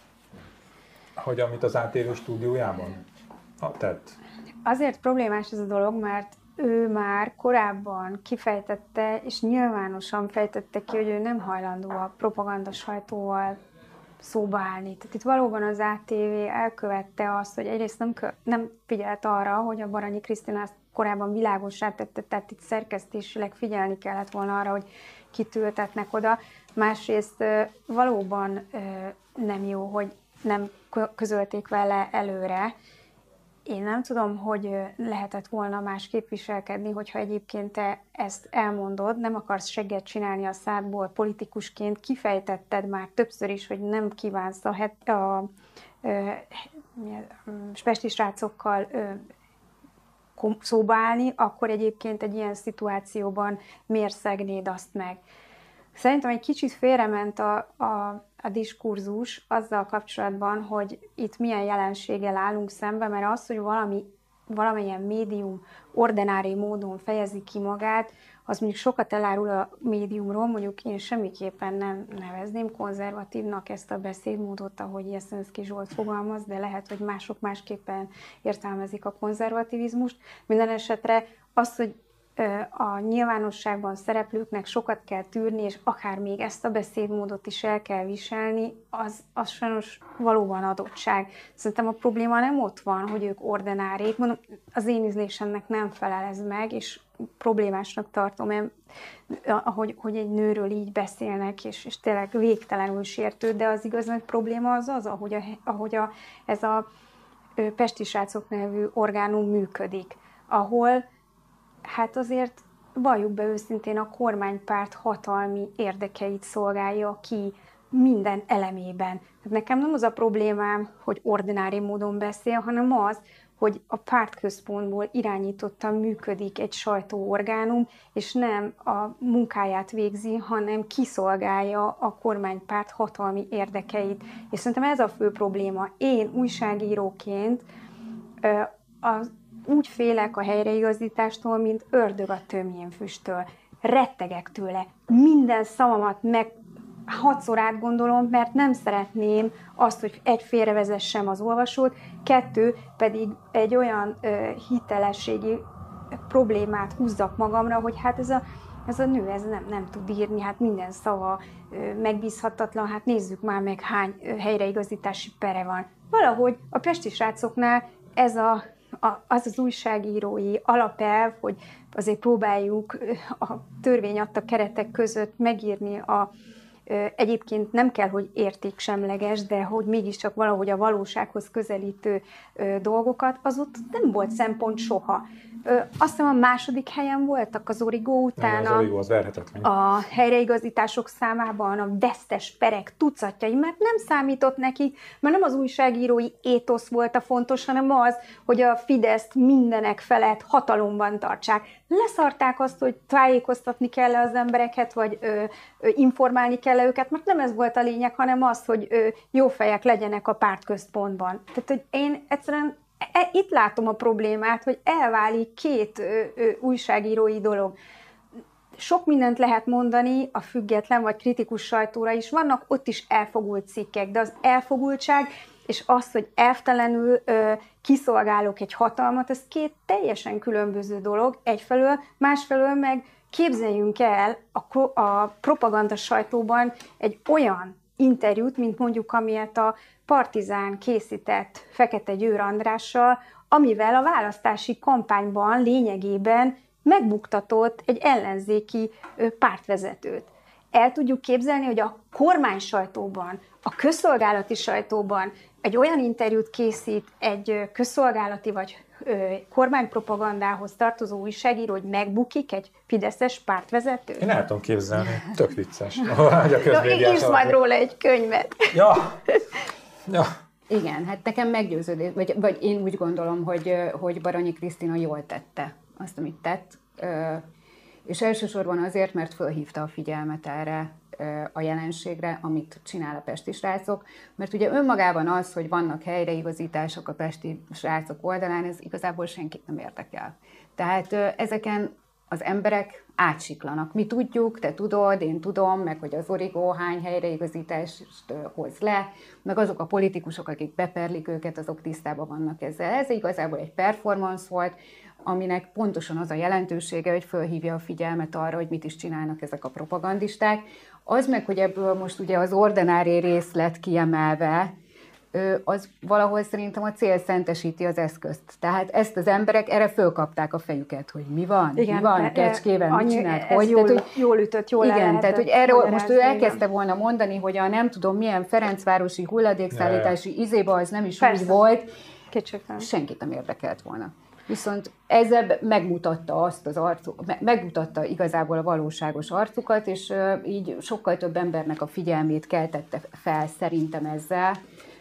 Speaker 1: hogy amit az á té vé stúdiójában tett?
Speaker 2: Azért problémás ez a dolog, mert ő már korábban kifejtette, és nyilvánosan fejtette ki, hogy ő nem hajlandó a propaganda sajtóval szóba állni. Tehát itt valóban az á té vé elkövette azt, hogy egyrészt nem, kö- nem figyelt arra, hogy a Baranyi Krisztina ezt korábban világossá tette, tehát itt szerkesztésileg figyelni kellett volna arra, hogy kit ültetnek oda. Másrészt valóban nem jó, hogy nem közölték vele előre. Én nem tudom, hogy lehetett volna másképp viselkedni, hogyha egyébként te ezt elmondod, nem akarsz segget csinálni a szádból politikusként, kifejtetted már többször is, hogy nem kívánsz a, het, a, a, a pesti srácokkal szóba állni, akkor egyébként egy ilyen szituációban miért szegnéd azt meg? Szerintem egy kicsit félrement a, a, a diskurzus azzal kapcsolatban, hogy itt milyen jelenséggel állunk szembe, mert az, hogy valami, valamilyen médium ordinári módon fejezi ki magát, az mondjuk sokat elárul a médiumról, mondjuk én semmiképpen nem nevezném konzervatívnak ezt a beszédmódot, ahogy Jeszenszky Zsolt fogalmaz, de lehet, hogy mások másképpen értelmezik a konzervativizmust. Minden esetre az, hogy a nyilvánosságban szereplőknek sokat kell tűrni, és akár még ezt a beszédmódot is el kell viselni, az, az sajnos valóban adottság. Szerintem a probléma nem ott van, hogy ők ordinárék, mondom, az én ízlésemnek nem felel ez meg, és problémásnak tartom, ahogy, hogy egy nőről így beszélnek, és, és tényleg végtelenül sértő, de az igaz nagy probléma az az, ahogy, a, ahogy a, ez a Pesti Srácok nevű orgánum működik, ahol hát azért valljuk be őszintén, a kormánypárt hatalmi érdekeit szolgálja ki minden elemében. Tehát nekem nem az a problémám, hogy ordinári módon beszél, hanem az, hogy a pártközpontból irányítottan működik egy sajtóorgánum, és nem a munkáját végzi, hanem kiszolgálja a kormánypárt hatalmi érdekeit. És szerintem ez a fő probléma. Én újságíróként az úgy félek a helyreigazítástól, mint ördög a tömjén füsttől. Rettegek tőle. Minden szavamat meg, hatszor átgondolom, mert nem szeretném azt, hogy egy félrevezessem az olvasót, kettő pedig egy olyan ö, hitelességi problémát húzzak magamra, hogy hát ez a, ez a nő ez nem, nem tud írni, hát minden szava ö, megbízhatatlan, hát nézzük már meg hány ö, helyreigazítási pere van. Valahogy a pesti srácoknál ez a, a, az az újságírói alapelv, hogy azért próbáljuk a törvény adta keretek között megírni a egyébként nem kell, hogy értéksemleges, de hogy mégiscsak valahogy a valósághoz közelítő dolgokat, az ott nem volt szempont soha. Azt hiszem a második helyen voltak az Origo után,
Speaker 1: az Origo, az verhetetlen.
Speaker 2: A helyreigazítások számában a vesztes perek tucatjai, mert nem számított nekik, mert nem az újságírói étosz volt a fontos, hanem az, hogy a Fideszt mindenek felett hatalomban tartsák. Leszarták azt, hogy tájékoztatni kell az embereket, vagy ö, ö, informálni kell őket, mert nem ez volt a lényeg, hanem az, hogy ö, jó fejek legyenek a pártközpontban. Tehát, hogy én egyszerűen e, itt látom a problémát, hogy elválik két ö, ö, újságírói dolog. Sok mindent lehet mondani a független vagy kritikus sajtóra is, vannak ott is elfogult cikkek, de az elfogultság és az, hogy elvtelenül ö, kiszolgálok egy hatalmat, ez két teljesen különböző dolog egyfelől, másfelől meg képzeljünk el a, a propaganda sajtóban egy olyan interjút, mint mondjuk amilyet a Partizán készített Fekete Győr Andrással, amivel a választási kampányban lényegében megbuktatott egy ellenzéki ö, pártvezetőt. El tudjuk képzelni, hogy a kormány sajtóban, a közszolgálati sajtóban egy olyan interjút készít egy közszolgálati vagy kormánypropagandához tartozó újságíró, hogy megbukik egy fideszes pártvezető?
Speaker 1: Én el tudom képzelni, tök vicces. No,
Speaker 2: írsz majd róla egy könyvet.
Speaker 1: Ja. Ja.
Speaker 3: Igen, hát nekem meggyőződés, vagy, vagy én úgy gondolom, hogy, hogy Baranyi Krisztina jól tette azt, amit tett, és elsősorban azért, mert fölhívta a figyelmet erre a jelenségre, amit csinál a pesti srácok, mert ugye önmagában az, hogy vannak helyreigazítások a pesti srácok oldalán, ez igazából senkit nem érdekel. Tehát ezeken az emberek átsiklanak. Mi tudjuk, te tudod, én tudom, meg hogy az Origo hány helyreigazítást hoz le, meg azok a politikusok, akik beperlik őket, azok tisztában vannak ezzel. Ez igazából egy performance volt, aminek pontosan az a jelentősége, hogy fölhívja a figyelmet arra, hogy mit is csinálnak ezek a propagandisták. Az meg, hogy ebből most ugye az ordinári rész lett kiemelve, az valahol szerintem a cél szentesíti az eszközt. Tehát ezt az emberek erre fölkapták a fejüket, hogy mi van,
Speaker 2: igen,
Speaker 3: mi van, Kecskével, mit csinált, hogy...
Speaker 2: Jól,
Speaker 3: tehát, hogy
Speaker 2: jól ütött, jól
Speaker 3: igen, tehát hogy erről most ő elkezdte volna mondani, hogy a nem tudom milyen Ferencvárosi hulladékszállítási izéba az nem is persze. Úgy volt,
Speaker 2: Kétségtelen.
Speaker 3: Senkit nem érdekelt volna. Viszont ezzel megmutatta azt az arcuk, megmutatta igazából a valóságos arcukat, és így sokkal több embernek a figyelmét keltette fel szerintem ezzel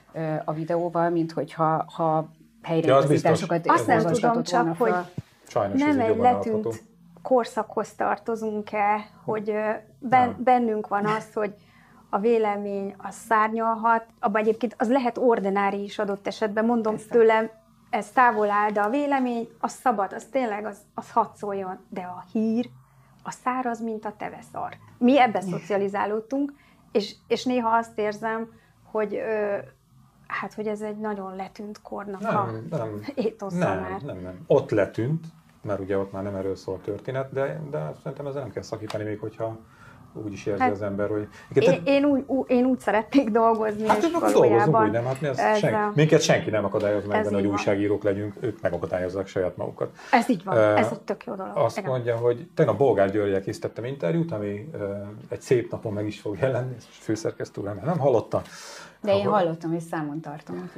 Speaker 3: a videóval, mint hogyha ha helyreigazításokat
Speaker 2: azt nem tudom csak, hogy
Speaker 1: Sajnos
Speaker 2: nem egy letűnt korszakhoz tartozunk-e, hogy ben, bennünk van az, hogy a vélemény az szárnyalhat, abban egyébként az lehet ordinári is adott esetben, mondom Persze. tőlem, ez távol áll, de a vélemény, az szabad, az tényleg, az, az hadd szóljon, de a hír, a száraz, mint a teveszar. Mi ebbe szocializálódtunk, és, és néha azt érzem, hogy, ö, hát, hogy ez egy nagyon letűnt kornak nem, a
Speaker 1: nem,
Speaker 2: étosza
Speaker 1: nem,
Speaker 2: már.
Speaker 1: Nem, nem, ott letűnt, mert ugye ott már nem erről szól a történet, de, de szerintem ezzel nem kell szakítani, még hogyha úgy is érzi hát, az ember, hogy...
Speaker 2: Én, én, úgy, én úgy szeretnék dolgozni,
Speaker 1: hát,
Speaker 2: és
Speaker 1: valójában... úgy, nem? Hát mi az senki,
Speaker 2: a...
Speaker 1: minket senki nem akadályoz meg benne, hogy újságírók legyünk, ők megakadályozzák saját magukat.
Speaker 2: Ez így van, uh, ez egy tök jó dolog.
Speaker 1: Azt Igen. mondja, hogy tegnap Bolgár Györgyel készítettem interjút, ami uh, egy szép napon meg is fog jelenni, ezt most főszerkesztő úr nem hallotta.
Speaker 3: De én hallottam, és számon tartom.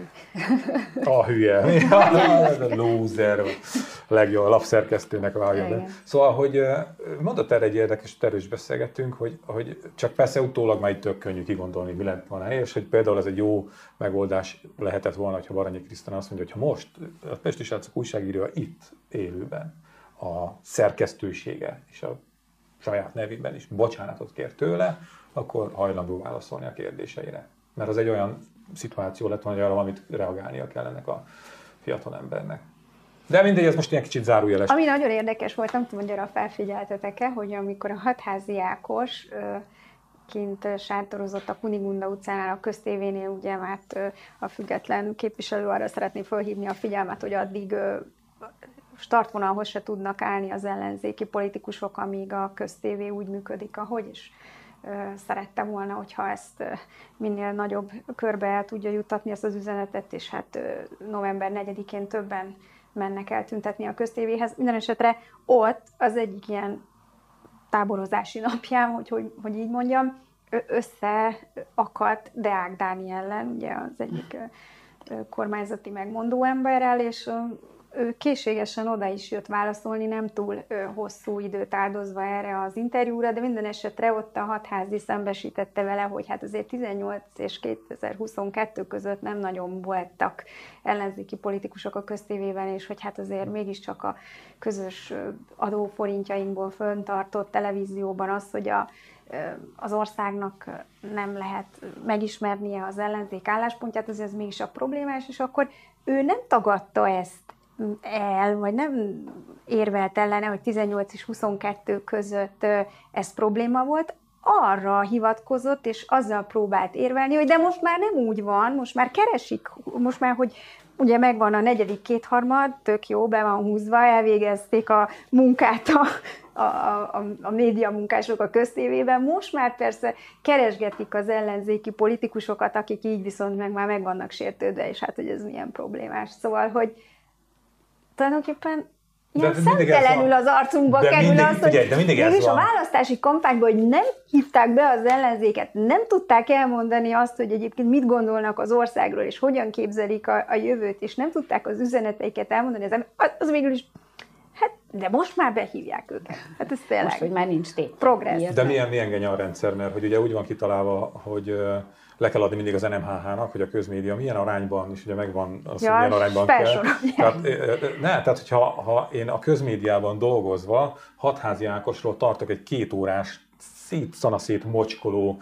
Speaker 1: A hülye, a lúzer, a legjobb lapszerkesztőnek vágja be. Szóval, hogy mondott erre egy érdekes, erős beszélgettünk, hogy, hogy csak persze utólag már itt tök könnyű kigondolni, mi lett volna, és hogy például ez egy jó megoldás lehetett volna, hogyha Baranyi Krisztina azt mondja, hogy ha most a Pesti Srácok újságírója itt élőben a szerkesztősége és a saját nevében is bocsánatot kér tőle, akkor hajlandó válaszolni a kérdéseire. Mert az egy olyan szituáció lett volna, hogy arra valamit reagálnia kell ennek a fiatal embernek. De mindegy, ez most ilyen kicsit zárójeles.
Speaker 2: Ami nagyon érdekes volt, nem tudom, hogy arra felfigyeltetek-e, hogy amikor a Hatházi Ákos kint sátorozott a Kunigunda utcánál, a Köztévénél, ugye, mert a független képviselő arra szeretné felhívni a figyelmet, hogy addig startvonalhoz se tudnak állni az ellenzéki politikusok, amíg a Köztévé úgy működik, ahogy is. Szerette volna, hogyha ezt minél nagyobb körbe el tudja juttatni ezt az üzenetet, és hát november negyedikén többen mennek el tüntetni a Köztévéhez. Minden esetre ott az egyik ilyen táborozási napján, hogy, hogy, hogy így mondjam, összeakadt Deák Dániellen, ugye az egyik kormányzati megmondó emberrel, és ő készségesen oda is jött válaszolni, nem túl hosszú időt áldozva erre az interjúra, de minden esetre ott a hatházi szembesítette vele, hogy hát azért tizennyolc és kétezer-huszonkettő között nem nagyon voltak ellenzéki politikusok a Köztévében, és hogy hát azért mégiscsak a közös adóforintjainkból föntartott televízióban az, hogy a az országnak nem lehet megismernie az ellenzék álláspontját, azért ez mégis a problémás, és akkor ő nem tagadta ezt el, vagy nem érvelt ellene, hogy tizennyolc és huszonkettő között ez probléma volt, arra hivatkozott, és azzal próbált érvelni, hogy de most már nem úgy van, most már keresik, most már, hogy ugye megvan a negyedik kétharmad, tök jó, be van húzva, elvégezték a munkát a, a, a, a média munkások a Köztévében, most már persze keresgetik az ellenzéki politikusokat, akik így viszont meg már meg vannak sértődve, és hát, hogy ez milyen problémás. Szóval, hogy tulajdonképpen ilyen szemtelenül az arcunkba de kerül mindig, az, hogy ugye, de mégis a választási kampányban, hogy nem hívták be az ellenzéket, nem tudták elmondani azt, hogy egyébként mit gondolnak az országról, és hogyan képzelik a, a jövőt, és nem tudták az üzeneteiket elmondani, az, az végül is, hát, de most már behívják őket. Hát ez tényleg
Speaker 3: most, hogy már nincs tét.
Speaker 2: Progressz.
Speaker 1: De milyen, milyen genya a rendszer, mert hogy ugye úgy van kitalálva, hogy le kell adni mindig az en em há há-nak, hogy a közmédia milyen arányban, és ugye megvan az, ja, hogy milyen arányban kell. Tehát, ne, tehát hogyha ha én a közmédiában dolgozva Hatházi Ákosról tartok egy két órás szét szanaszét mocskoló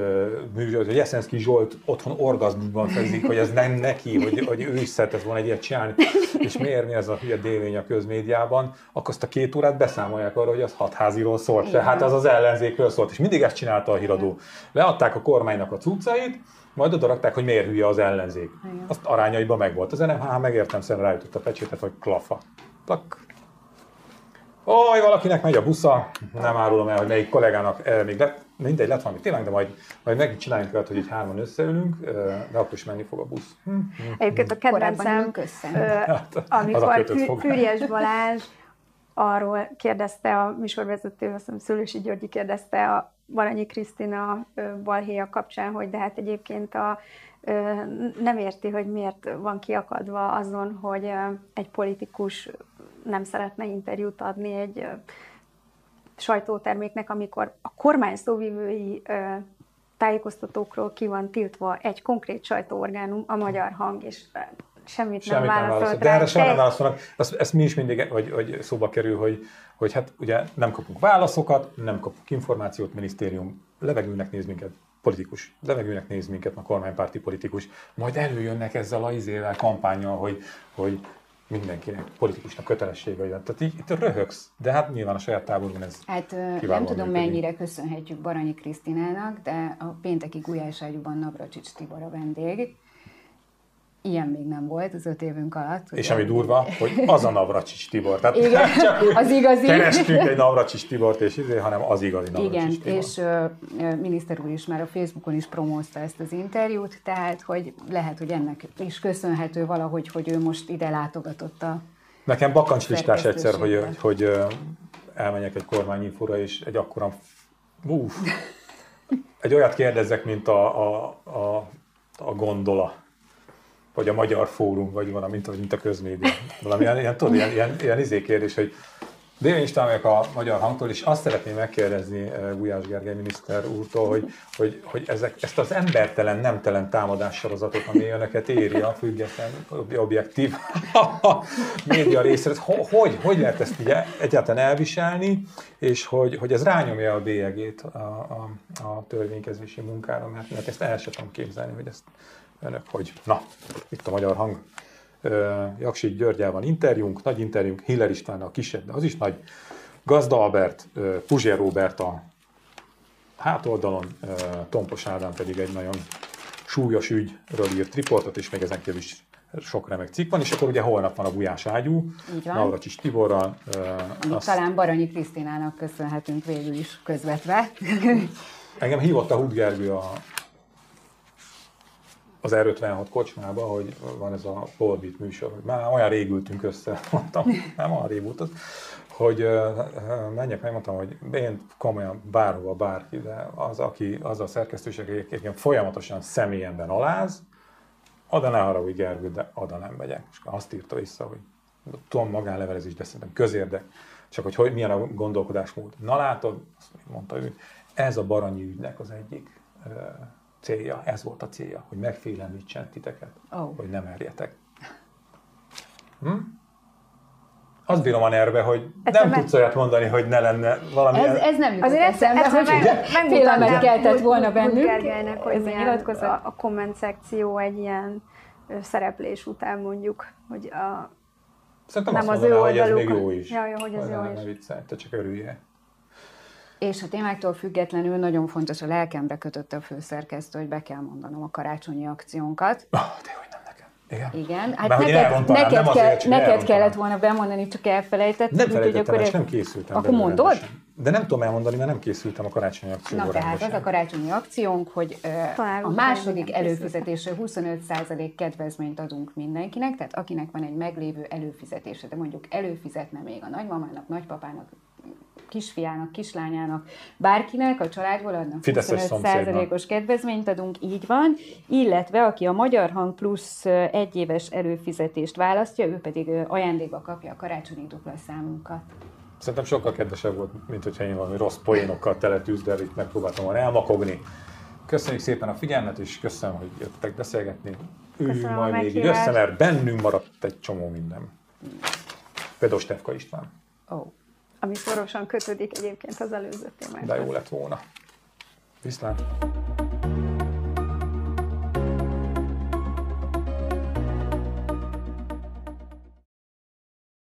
Speaker 1: műsor, hogy Jeszenszky Zsolt otthon orgazmusban fekszik, hogy ez nem neki, hogy, hogy ő is szeretett volna egy ilyet csinálni, és miért mi ez a hülye délény a közmédiában, akkor azt a két órát beszámolják arra, hogy az Hatháziról szólt, tehát az az ellenzékről szólt, és mindig ezt csinálta a híradó. Leadták a kormánynak a cuccait, majd odarakták, hogy miért hülye az ellenzék. Azt arányaiban megvolt. Az en em há megértem szerint rájutott a pecsétet, hogy klafa. Tak. Oj, valakinek megy a busza, nem árulom el, hogy melyik kollégának eh, még lett, mindegy, lett valami tényleg, de majd, majd megint csináljunk olyat, hogy így hárman összeülünk, de akkor is menni fog a busz. Hm,
Speaker 2: hm, Egyébként a kedvencem, amikor Fűrjes Balázs arról kérdezte a műsorvezető, azt hiszem Szőlősi Györgyi kérdezte a Baranyi Krisztina balhéja kapcsán, hogy de hát egyébként a, nem érti, hogy miért van kiakadva azon, hogy egy politikus nem szeretne interjút adni egy sajtóterméknek, amikor a kormány szóvivői tájékoztatókról ki van tiltva egy konkrét sajtóorgánum, a Magyar Hang, és semmit, semmit nem válaszolt.
Speaker 1: De erre sem nem válaszolnak. Ezt, ezt mi is mindig hogy, hogy szóba kerül, hogy, hogy hát ugye nem kapunk válaszokat, nem kapunk információt, minisztérium levegőnek néz minket, politikus, levegőnek néz minket, a kormánypárti politikus, majd előjönnek ezzel a izével, kampánnyal, hogy, hogy mindenkinek, politikusnak kötelessége, tehát így itt röhögsz, de hát nyilván a saját táborban ez
Speaker 3: hát nem tudom, működik. Mennyire köszönhetjük Baranyi Krisztinának, de a pénteki Gulyáságyúban Navracsics Tibor a vendég. Ilyen még nem volt az öt évünk alatt.
Speaker 1: És ami durva, hogy az a Navracsics Tibor. Tehát
Speaker 3: igen, csak az igazi.
Speaker 1: Kerestünk egy Navracsics Tibort, és izé, hanem az igazi Navracsics Tibor.
Speaker 3: Igen, és uh, miniszter úr is már a Facebookon is promózta ezt az interjút, tehát hogy lehet, hogy ennek is köszönhető valahogy, hogy ő most ide látogatott a
Speaker 1: Nekem bakancslistás egyszer, hogy, hogy elmenjek egy kormányinfóra, és egy akkora uff, egy olyat kérdezzek, mint a, a, a, a gondola. Vagy a Magyar Fórum, vagy valami, mint, mint a közmédia. Valami ilyen, ilyen, tudod, ilyen, ilyen, ilyen izé kérdés, hogy Dévén István vagyok a Magyar Hangtól, és azt szeretném megkérdezni Gulyás Gergely miniszter úrtól, hogy, hogy, hogy ezek, ezt az embertelen, nemtelen támadássorozatot, ami önöket éri a független, objektív média részre, hogy, hogy lehet ezt így egyáltalán elviselni, és hogy, hogy ez rányomja a bélyegét a, a, a törvénykezési munkára, mert, mert ezt el sem tudom képzelni, hogy ezt önök, hogy na, itt a Magyar Hang. Jaksich Györgyel van interjúnk, nagy interjúnk, Hiller Istvánnal kisebb, de az is nagy. Gazda Albert, Puzsér Róbert a hátoldalon, Tompos Ádám pedig egy nagyon súlyos ügyről írt riportot, és még ezen kívül is sok remek cikk van, és akkor ugye holnap van a Gulyás ágyú, Navracsics Tiborral.
Speaker 3: Azt... Talán Baranyi Krisztinának köszönhetünk végül is közvetve.
Speaker 1: Engem hívott a Hud Gergő a, az er ötvenhat kocsmába, hogy van ez a Polbit műsor, hogy már olyan rég ültünk össze, mondtam, nem olyan rég volt az, hogy uh, menjek, megmondtam, hogy én komolyan bárhova, bárki, de az, aki, az a szerkesztőség, aki folyamatosan személyemben aláz, oda ne haragudj Gergő, de oda nem megyek. És azt írta vissza, hogy tudom magánlevelezés, de szerintem közérdek, csak hogy, hogy milyen a gondolkodásmód. Na látod, azt mondta ő, ez a Baranyi ügynek az egyik uh, célja, ez volt a célja, hogy megfélemlítsen titeket, oh. hogy nem merjetek. Hm? Azt bírom a nerve, hogy ez nem tudsz olyat mondani, hogy ne lenne valami...
Speaker 3: Ez, ez nem jutott
Speaker 2: azért
Speaker 3: eszembe,
Speaker 2: ezt,
Speaker 3: hogy
Speaker 2: meg,
Speaker 3: félelmet keltett volna bennünk.
Speaker 2: Gergelynek, hogy nyilatkozat. A, a komment szekció egy ilyen szereplés után mondjuk, hogy a...
Speaker 1: Szerintem
Speaker 2: nem
Speaker 1: azt
Speaker 2: az
Speaker 1: mondaná,
Speaker 2: ő
Speaker 1: hogy ez még jó is.
Speaker 2: Ja, jó, hogy ez jó is.
Speaker 1: Ne viccelj, te csak örüljél.
Speaker 3: És a témáktól függetlenül nagyon fontos, a lelkemre kötötte a főszerkesztő, hogy be kell mondanom a karácsonyi akciónkat.
Speaker 1: Oh, de hogy nem nekem. Igen.
Speaker 3: Igen. Hát neked, neked, kell, neked kellett volna bemondani, csak elfelejtettem.
Speaker 1: Nem felejtettem, és nem készültem.
Speaker 3: Akkor mondod?
Speaker 1: Rendesen. De nem tudom elmondani, mert nem készültem a karácsonyi akcióra.
Speaker 3: Na tehát az a karácsonyi akciónk, hogy uh, a második előfizetésre huszonöt százalék kedvezményt adunk mindenkinek, tehát akinek van egy meglévő előfizetése, de mondjuk előfizetne még a nagymamának, nagypapának, kisfiának, kislányának, bárkinek a családból adnak huszonöt százalékos kedvezményt adunk, így van, illetve aki a Magyar Hang plusz egyéves előfizetést választja, ő pedig ajándékba kapja a karácsonyi dupla számunkat.
Speaker 1: Szerintem sokkal kedvesebb volt, mint hogyha én valami rossz poénokkal teletűz, de itt megpróbáltam volna elmakogni. Köszönjük szépen a figyelmet, és köszönöm, hogy jöttek beszélgetni. Ő majd még így össze, mert bennünk maradt egy csomó minden. Például Stefka István.
Speaker 2: Oh. Ami szorosan kötődik egyébként az előző témához.
Speaker 1: De jó lett volna. Viszlát!